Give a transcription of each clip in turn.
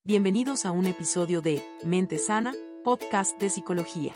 Bienvenidos a un episodio de Mente Sana, podcast de psicología.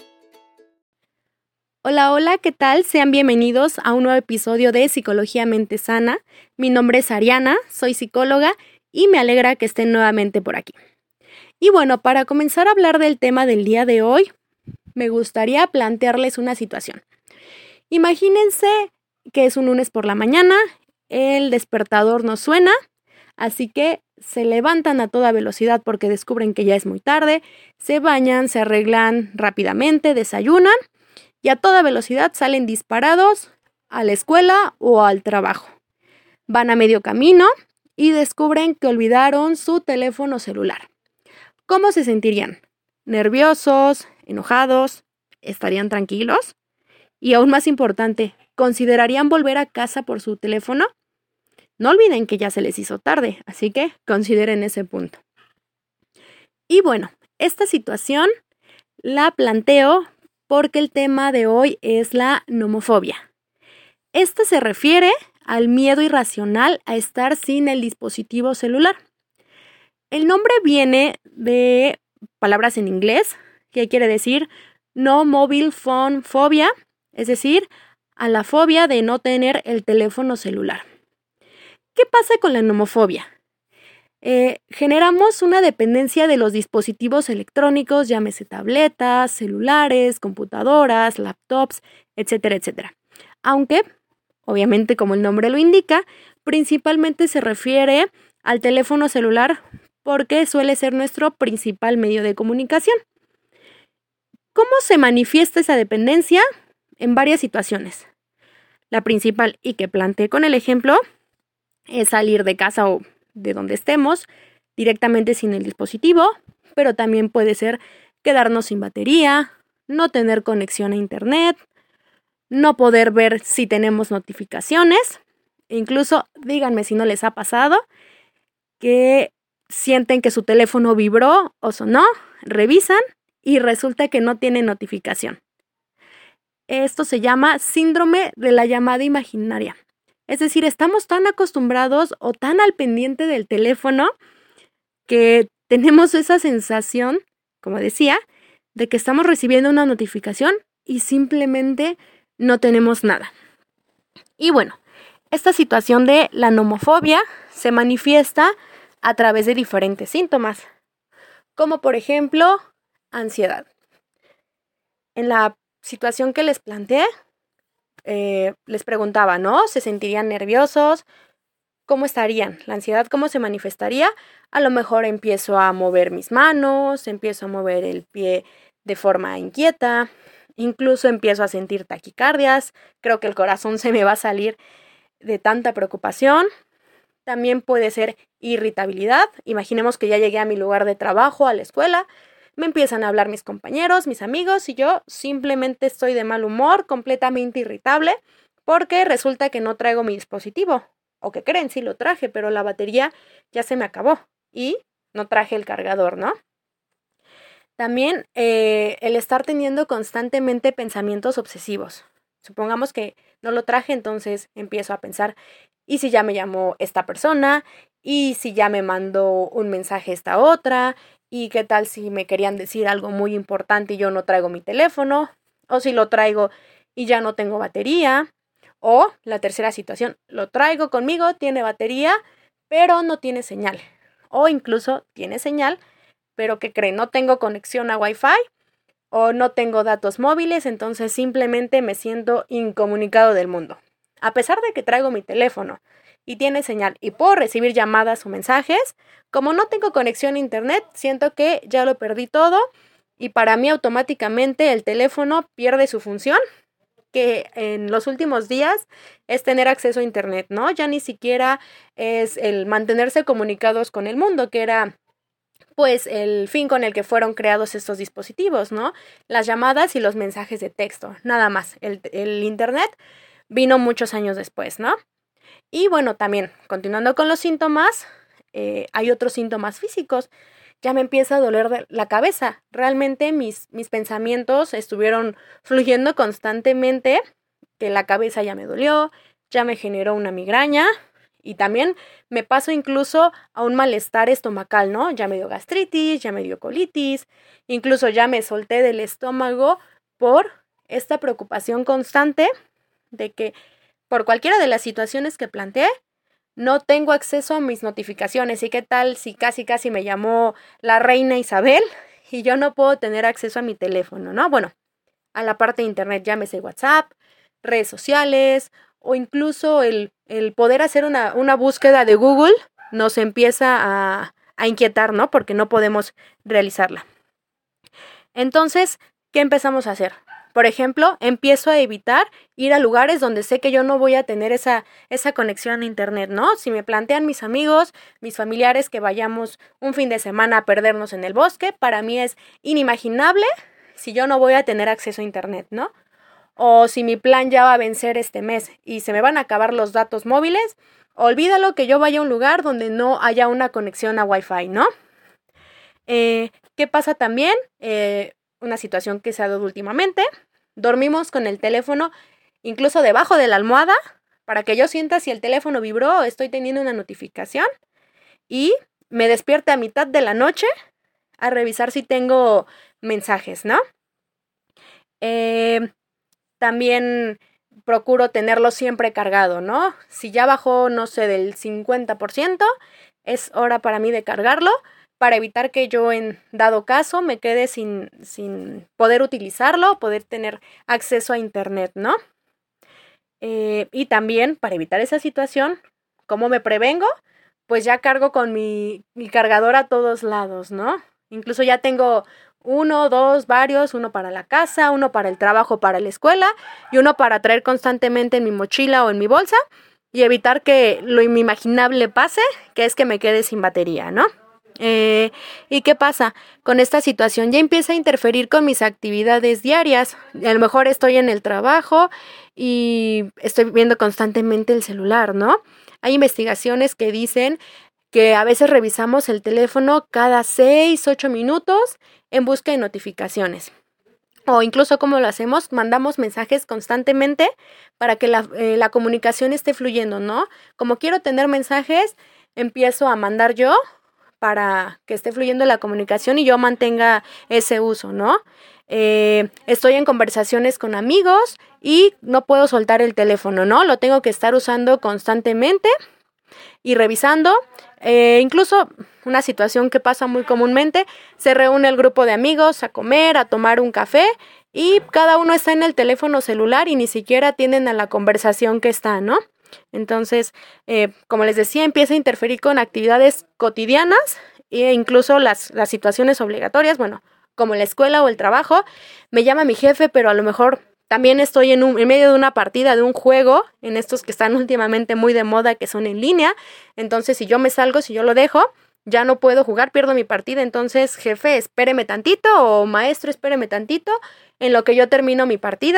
Hola, ¿qué tal? Sean bienvenidos a un nuevo episodio de Psicología Mente Sana. Mi nombre es Ariana, soy psicóloga y me alegra que estén nuevamente por aquí. Y bueno, para comenzar a hablar del tema del día de hoy, me gustaría plantearles una situación. Imagínense que es un lunes por la mañana, el despertador no suena, así que se levantan a toda velocidad porque descubren que ya es muy tarde, se bañan, se arreglan rápidamente, desayunan y a toda velocidad salen disparados a la escuela o al trabajo. Van a medio camino y descubren que olvidaron su teléfono celular. ¿Cómo se sentirían? ¿Nerviosos? ¿Enojados? ¿Estarían tranquilos? Y aún más importante, ¿considerarían volver a casa por su teléfono? No olviden que ya se les hizo tarde, así que consideren ese punto. Y bueno, esta situación la planteo porque el tema de hoy es la nomofobia. Esta se refiere al miedo irracional a estar sin el dispositivo celular. El nombre viene de palabras en inglés, que quiere decir no mobile phone phobia, es decir, a la fobia de no tener el teléfono celular. ¿Qué pasa con la nomofobia? Generamos una dependencia de los dispositivos electrónicos, llámese tabletas, celulares, computadoras, laptops, etcétera, etcétera. Aunque, obviamente, como el nombre lo indica, principalmente se refiere al teléfono celular porque suele ser nuestro principal medio de comunicación. ¿Cómo se manifiesta esa dependencia? En varias situaciones. La principal, y que planteé con el ejemplo, es salir de casa o de donde estemos directamente sin el dispositivo, pero también puede ser quedarnos sin batería, no tener conexión a internet, no poder ver si tenemos notificaciones, e incluso díganme si no les ha pasado que sienten que su teléfono vibró o sonó, revisan y resulta que no tiene notificación. Esto se llama síndrome de la llamada imaginaria. Es decir, estamos tan acostumbrados o tan al pendiente del teléfono que tenemos esa sensación, como decía, de que estamos recibiendo una notificación y simplemente no tenemos nada. Y bueno, esta situación de la nomofobia se manifiesta a través de diferentes síntomas, como por ejemplo, ansiedad. En la situación que les planteé, les preguntaba, ¿no? ¿Se sentirían nerviosos? ¿Cómo estarían? ¿La ansiedad cómo se manifestaría? A lo mejor empiezo a mover mis manos, empiezo a mover el pie de forma inquieta, incluso empiezo a sentir taquicardias, creo que el corazón se me va a salir de tanta preocupación. También puede ser irritabilidad. Imaginemos que ya llegué a mi lugar de trabajo, a la escuela, me empiezan a hablar mis compañeros, mis amigos y yo simplemente estoy de mal humor, completamente irritable, porque resulta que no traigo mi dispositivo. ¿O qué creen? Sí lo traje, pero la batería ya se me acabó y no traje el cargador, ¿no? También el estar teniendo constantemente pensamientos obsesivos. Supongamos que no lo traje, entonces empiezo a pensar, ¿y si ya me llamó esta persona? ¿Y si ya me mandó un mensaje esta otra? ¿Y qué tal si me querían decir algo muy importante y yo no traigo mi teléfono? ¿O si lo traigo y ya no tengo batería? O la tercera situación, lo traigo conmigo, tiene batería, pero no tiene señal. O incluso tiene señal, pero ¿qué creen? No tengo conexión a Wi-Fi o no tengo datos móviles, entonces simplemente me siento incomunicado del mundo. A pesar de que traigo mi teléfono y tiene señal y puedo recibir llamadas o mensajes, como no tengo conexión a internet, siento que ya lo perdí todo y para mí automáticamente el teléfono pierde su función, que en los últimos días es tener acceso a internet, ¿no? Ya ni siquiera es el mantenerse comunicados con el mundo, que era pues el fin con el que fueron creados estos dispositivos, ¿no? Las llamadas y los mensajes de texto, nada más. El internet vino muchos años después, ¿no? Y bueno, también, continuando con los síntomas, hay otros síntomas físicos. Ya me empieza a doler la cabeza. Realmente mis pensamientos estuvieron fluyendo constantemente, que la cabeza ya me dolió, ya me generó una migraña Y también me paso incluso a un malestar estomacal, ¿no? Ya me dio gastritis, ya me dio colitis, incluso ya me solté del estómago por esta preocupación constante de que por cualquiera de las situaciones que planteé, no tengo acceso a mis notificaciones. ¿Y qué tal si casi me llamó la reina Isabel y yo no puedo tener acceso a mi teléfono, ¿no? Bueno, a la parte de internet, llámese WhatsApp, redes sociales o incluso el poder hacer una búsqueda de Google nos empieza a inquietar, ¿no? Porque no podemos realizarla. Entonces, ¿qué empezamos a hacer? Por ejemplo, empiezo a evitar ir a lugares donde sé que yo no voy a tener esa conexión a internet, ¿no? Si me plantean mis amigos, mis familiares que vayamos un fin de semana a perdernos en el bosque, para mí es inimaginable si yo no voy a tener acceso a internet, ¿no? O si mi plan ya va a vencer este mes y se me van a acabar los datos móviles, olvídalo que yo vaya a un lugar donde no haya una conexión a Wi-Fi, ¿no? ¿Qué pasa también? Una situación que se ha dado últimamente. Dormimos con el teléfono incluso debajo de la almohada para que yo sienta si el teléfono vibró o estoy teniendo una notificación y me despierte a mitad de la noche a revisar si tengo mensajes, ¿no? También procuro tenerlo siempre cargado, ¿no? Si ya bajó, no sé, del 50%, es hora para mí de cargarlo para evitar que yo en dado caso me quede sin poder utilizarlo, poder tener acceso a internet, ¿no? Y también para evitar esa situación, ¿cómo me prevengo? Pues ya cargo con mi cargador a todos lados, ¿no? Incluso ya tengo 1, 2, varios, uno para la casa, uno para el trabajo, para la escuela y uno para traer constantemente en mi mochila o en mi bolsa y evitar que lo inimaginable pase, que es que me quede sin batería, ¿no? ¿Y qué pasa? Con esta situación ya empieza a interferir con mis actividades diarias. A lo mejor estoy en el trabajo y estoy viendo constantemente el celular, ¿no? Hay investigaciones que dicen que a veces revisamos el teléfono cada 6, 8 minutos en busca de notificaciones. O incluso, ¿cómo lo hacemos? Mandamos mensajes constantemente para que la comunicación esté fluyendo, ¿no? Como quiero tener mensajes, empiezo a mandar yo para que esté fluyendo la comunicación y yo mantenga ese uso, ¿no? Estoy en conversaciones con amigos y no puedo soltar el teléfono, ¿no? Lo tengo que estar usando constantemente y revisando. Incluso una situación que pasa muy comúnmente, se reúne el grupo de amigos a comer, a tomar un café y cada uno está en el teléfono celular y ni siquiera atienden a la conversación que está, ¿no? Entonces, como les decía, empieza a interferir con actividades cotidianas e incluso las situaciones obligatorias, bueno, como la escuela o el trabajo. Me llama mi jefe, pero a lo mejor también estoy en medio de una partida de un juego, en estos que están últimamente muy de moda, que son en línea. Entonces, si yo me salgo, si yo lo dejo, ya no puedo jugar, pierdo mi partida. Entonces, jefe, espéreme tantito, o maestro, espéreme tantito, en lo que yo termino mi partida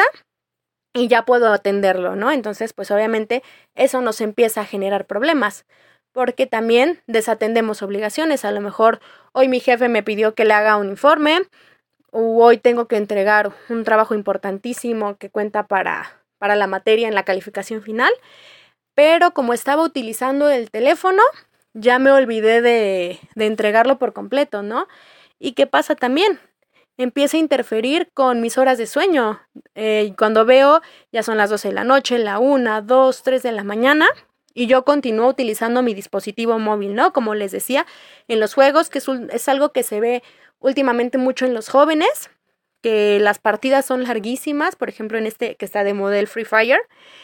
y ya puedo atenderlo, ¿no? Entonces, pues obviamente eso nos empieza a generar problemas, porque también desatendemos obligaciones. A lo mejor hoy mi jefe me pidió que le haga un informe, o hoy tengo que entregar un trabajo importantísimo que cuenta para la materia en la calificación final, pero como estaba utilizando el teléfono, ya me olvidé de entregarlo por completo, ¿no? ¿Y qué pasa también? Empieza a interferir con mis horas de sueño. Cuando veo, ya son las 12 de la noche, la 1, 2, 3 de la mañana, y yo continúo utilizando mi dispositivo móvil, ¿no? Como les decía, en los juegos, que es algo que se ve últimamente mucho en los jóvenes, que las partidas son larguísimas. Por ejemplo, en este que está de moda, el Free Fire,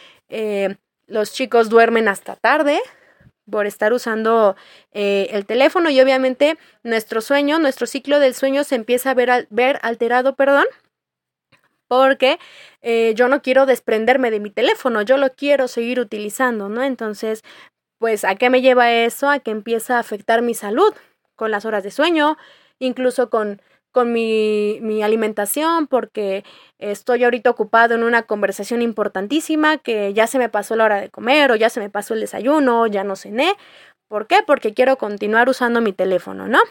los chicos duermen hasta tarde por estar usando el teléfono, y obviamente nuestro ciclo del sueño se empieza a ver alterado, porque yo no quiero desprenderme de mi teléfono, yo lo quiero seguir utilizando, ¿no? Entonces, pues, ¿a qué me lleva eso? A que empieza a afectar mi salud, con las horas de sueño, incluso con mi alimentación, porque estoy ahorita ocupado en una conversación importantísima, que ya se me pasó la hora de comer, o ya se me pasó el desayuno, ya no cené. ¿Por qué? Porque quiero continuar usando mi teléfono, ¿no?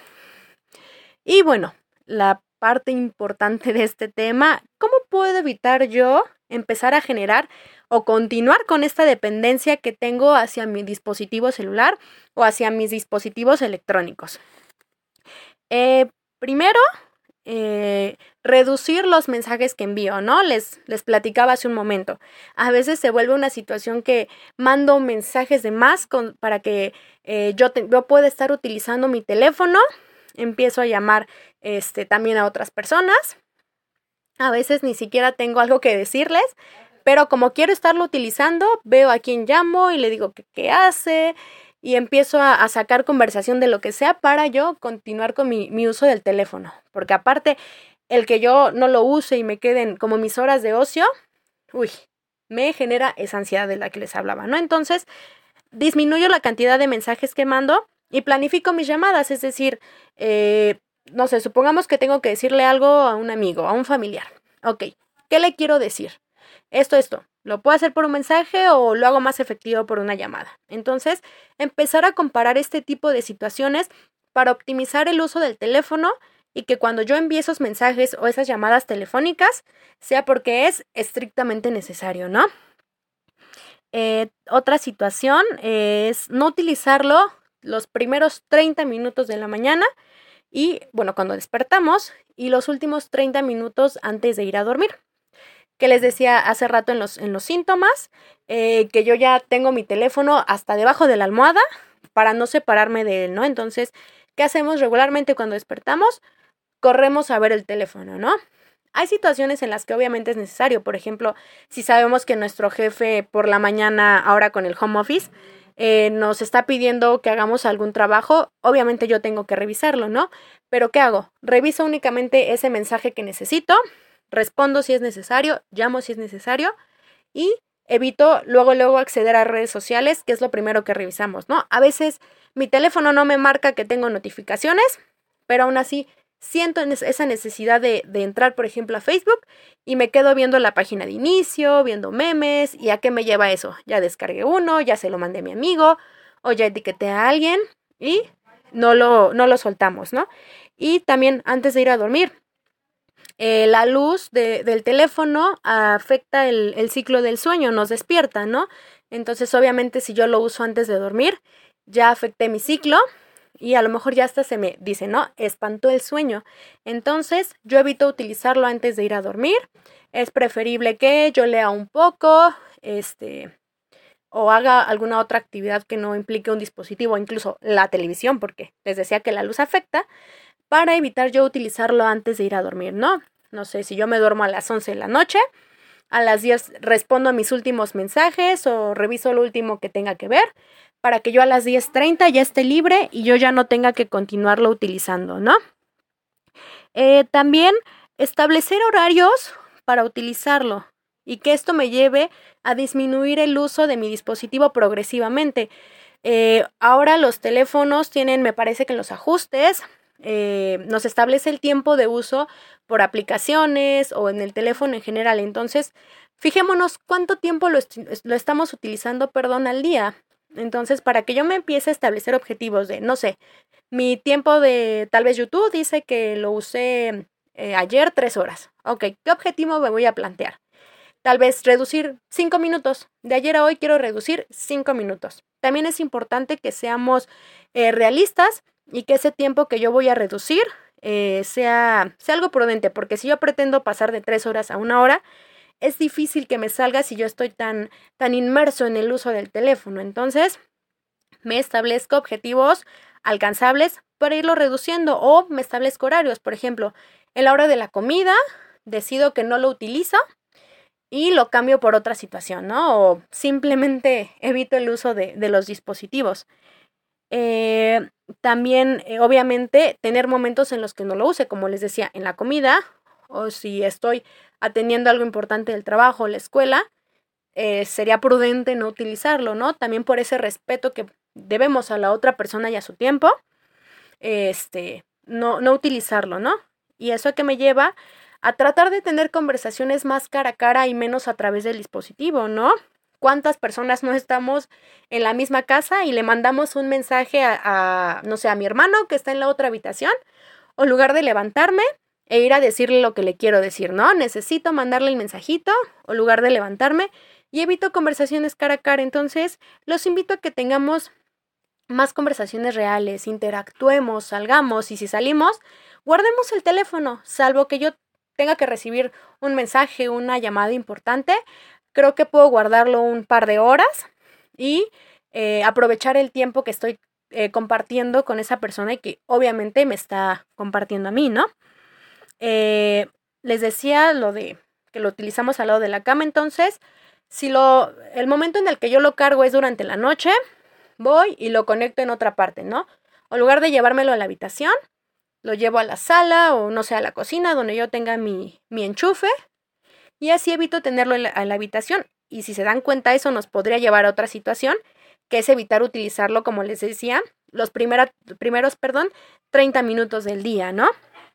Y bueno, la parte importante de este tema, ¿cómo puedo evitar yo empezar a generar o continuar con esta dependencia que tengo hacia mi dispositivo celular o hacia mis dispositivos electrónicos. Primero, reducir los mensajes que envío, ¿no? Les platicaba hace un momento. A veces se vuelve una situación que mando mensajes de más para que yo pueda estar utilizando mi teléfono. Empiezo a llamar también a otras personas. A veces ni siquiera tengo algo que decirles, pero como quiero estarlo utilizando, veo a quién llamo y le digo qué hace y empiezo a sacar conversación de lo que sea para yo continuar con mi uso del teléfono. Porque aparte, el que yo no lo use y me queden como mis horas de ocio, me genera esa ansiedad de la que les hablaba, ¿no? Entonces, disminuyo la cantidad de mensajes que mando y planifico mis llamadas, es decir, no sé, supongamos que tengo que decirle algo a un amigo, a un familiar. Ok, ¿qué le quiero decir? Esto. ¿Lo puedo hacer por un mensaje o lo hago más efectivo por una llamada? Entonces, empezar a comparar este tipo de situaciones para optimizar el uso del teléfono y que cuando yo envíe esos mensajes o esas llamadas telefónicas sea porque es estrictamente necesario, ¿no? Otra situación es no utilizarlo los primeros 30 minutos de la mañana y, bueno, cuando despertamos y los últimos 30 minutos antes de ir a dormir. Que les decía hace rato en los síntomas, que yo ya tengo mi teléfono hasta debajo de la almohada para no separarme de él, ¿no? Entonces, ¿qué hacemos regularmente cuando despertamos? Corremos a ver el teléfono, ¿no? Hay situaciones en las que obviamente es necesario. Por ejemplo, si sabemos que nuestro jefe por la mañana, ahora con el home office, nos está pidiendo que hagamos algún trabajo, obviamente yo tengo que revisarlo, ¿no? Pero ¿qué hago? Reviso únicamente ese mensaje que necesito, respondo si es necesario, llamo si es necesario y evito luego acceder a redes sociales, que es lo primero que revisamos, ¿no? A veces mi teléfono no me marca que tengo notificaciones, pero aún así siento esa necesidad de entrar, por ejemplo, a Facebook y me quedo viendo la página de inicio, viendo memes. ¿Y a qué me lleva eso? Ya descargué uno, ya se lo mandé a mi amigo o ya etiqueté a alguien y no lo soltamos, ¿no? Y también antes de ir a dormir, la luz del teléfono afecta el ciclo del sueño, nos despierta, ¿no? Entonces, obviamente, si yo lo uso antes de dormir, ya afecté mi ciclo y a lo mejor ya hasta se me dice, ¿no? Espantó el sueño. Entonces, yo evito utilizarlo antes de ir a dormir. Es preferible que yo lea un poco, o haga alguna otra actividad que no implique un dispositivo, incluso la televisión, porque les decía que la luz afecta, para evitar yo utilizarlo antes de ir a dormir, ¿no? No sé, si yo me duermo a las 11 de la noche, a las 10 respondo a mis últimos mensajes o reviso lo último que tenga que ver, para que yo a las 10:30 ya esté libre y yo ya no tenga que continuarlo utilizando, ¿no? También establecer horarios para utilizarlo y que esto me lleve a disminuir el uso de mi dispositivo progresivamente. Ahora los teléfonos tienen, me parece que en los ajustes, nos establece el tiempo de uso por aplicaciones o en el teléfono en general. Entonces, fijémonos cuánto tiempo lo estamos utilizando, al día. Entonces, para que yo me empiece a establecer objetivos de, no sé, mi tiempo de tal vez YouTube dice que lo usé ayer 3 horas. Ok, ¿qué objetivo me voy a plantear? Tal vez reducir 5 minutos. De ayer a hoy quiero reducir 5 minutos. También es importante que seamos realistas y que ese tiempo que yo voy a reducir sea algo prudente, porque si yo pretendo pasar de 3 horas a 1 hora, es difícil que me salga si yo estoy tan inmerso en el uso del teléfono. Entonces, me establezco objetivos alcanzables para irlo reduciendo o me establezco horarios. Por ejemplo, en la hora de la comida, decido que no lo utilizo y lo cambio por otra situación, ¿no? O simplemente evito el uso de los dispositivos. También, obviamente, tener momentos en los que no lo use, como les decía, en la comida, o si estoy atendiendo algo importante del trabajo o la escuela, sería prudente no utilizarlo, ¿no? También por ese respeto que debemos a la otra persona y a su tiempo, no utilizarlo, ¿no? Y eso que me lleva a tratar de tener conversaciones más cara a cara y menos a través del dispositivo, ¿no? ¿Cuántas personas no estamos en la misma casa y le mandamos un mensaje no sé, a mi hermano que está en la otra habitación? O en lugar de levantarme e ir a decirle lo que le quiero decir, ¿no? Necesito mandarle el mensajito, o en lugar de levantarme y evito conversaciones cara a cara. Entonces, los invito a que tengamos más conversaciones reales, interactuemos, salgamos, y si salimos, guardemos el teléfono, salvo que yo tenga que recibir un mensaje, una llamada importante. Creo que puedo guardarlo un par de horas y aprovechar el tiempo que estoy compartiendo con esa persona y que obviamente me está compartiendo a mí, ¿no? Les decía lo de que lo utilizamos al lado de la cama. Entonces, si el momento en el que yo lo cargo es durante la noche, voy y lo conecto en otra parte, ¿no? En lugar de llevármelo a la habitación, lo llevo a la sala o no sé, a la cocina donde yo tenga mi enchufe, y así evito tenerlo en la habitación. Y si se dan cuenta, eso nos podría llevar a otra situación, que es evitar utilizarlo, como les decía, los primeros 30 minutos del día, ¿no?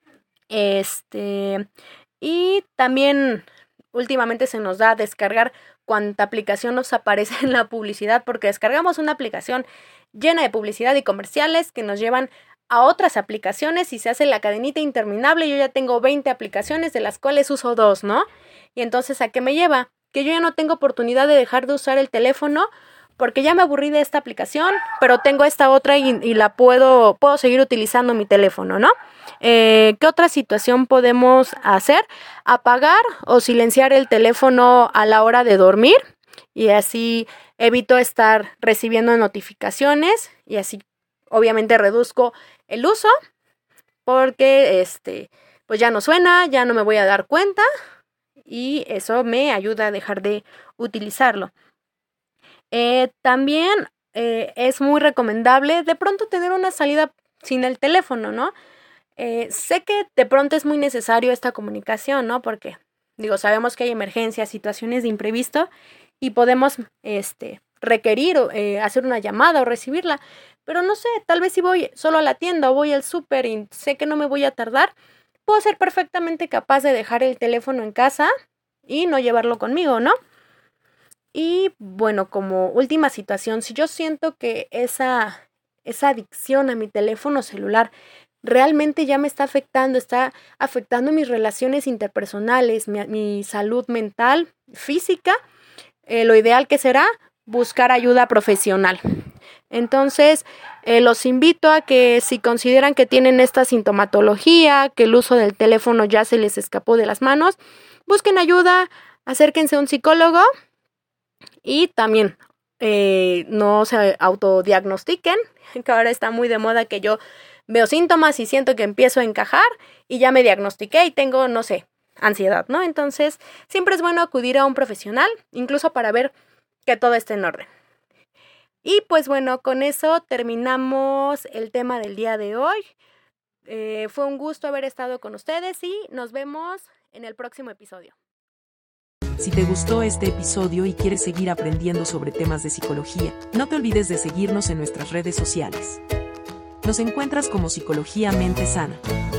Y también últimamente se nos da a descargar cuánta aplicación nos aparece en la publicidad, porque descargamos una aplicación llena de publicidad y comerciales que nos llevan a otras aplicaciones y se hace la cadenita interminable. Yo ya tengo 20 aplicaciones, de las cuales uso 2, ¿no? Y entonces, ¿a qué me lleva? Que yo ya no tengo oportunidad de dejar de usar el teléfono porque ya me aburrí de esta aplicación, pero tengo esta otra y la puedo seguir utilizando mi teléfono, ¿no? ¿Qué otra situación podemos hacer? Apagar o silenciar el teléfono a la hora de dormir, y así evito estar recibiendo notificaciones, y así obviamente reduzco el uso, porque pues ya no suena, ya no me voy a dar cuenta, y eso me ayuda a dejar de utilizarlo. También es muy recomendable de pronto tener una salida sin el teléfono, ¿no? Sé que de pronto es muy necesario esta comunicación, ¿no? Porque, sabemos que hay emergencias, situaciones de imprevisto, y podemos requerir hacer una llamada o recibirla. Pero no sé, tal vez si voy solo a la tienda o voy al súper y sé que no me voy a tardar, puedo ser perfectamente capaz de dejar el teléfono en casa y no llevarlo conmigo, ¿no? Y bueno, como última situación, si yo siento que esa adicción a mi teléfono celular realmente ya me está afectando mis relaciones interpersonales, mi salud mental, física, lo ideal que será buscar ayuda profesional. Entonces, los invito a que si consideran que tienen esta sintomatología, que el uso del teléfono ya se les escapó de las manos, busquen ayuda, acérquense a un psicólogo. Y también no se autodiagnostiquen, que ahora está muy de moda que yo veo síntomas y siento que empiezo a encajar y ya me diagnostiqué y tengo, no sé, ansiedad, ¿no? Entonces, siempre es bueno acudir a un profesional, incluso para ver que todo esté en orden. Y pues bueno, con eso terminamos el tema del día de hoy. Fue un gusto haber estado con ustedes y nos vemos en el próximo episodio. Si te gustó este episodio y quieres seguir aprendiendo sobre temas de psicología, no te olvides de seguirnos en nuestras redes sociales. Nos encuentras como Psicología Mente Sana.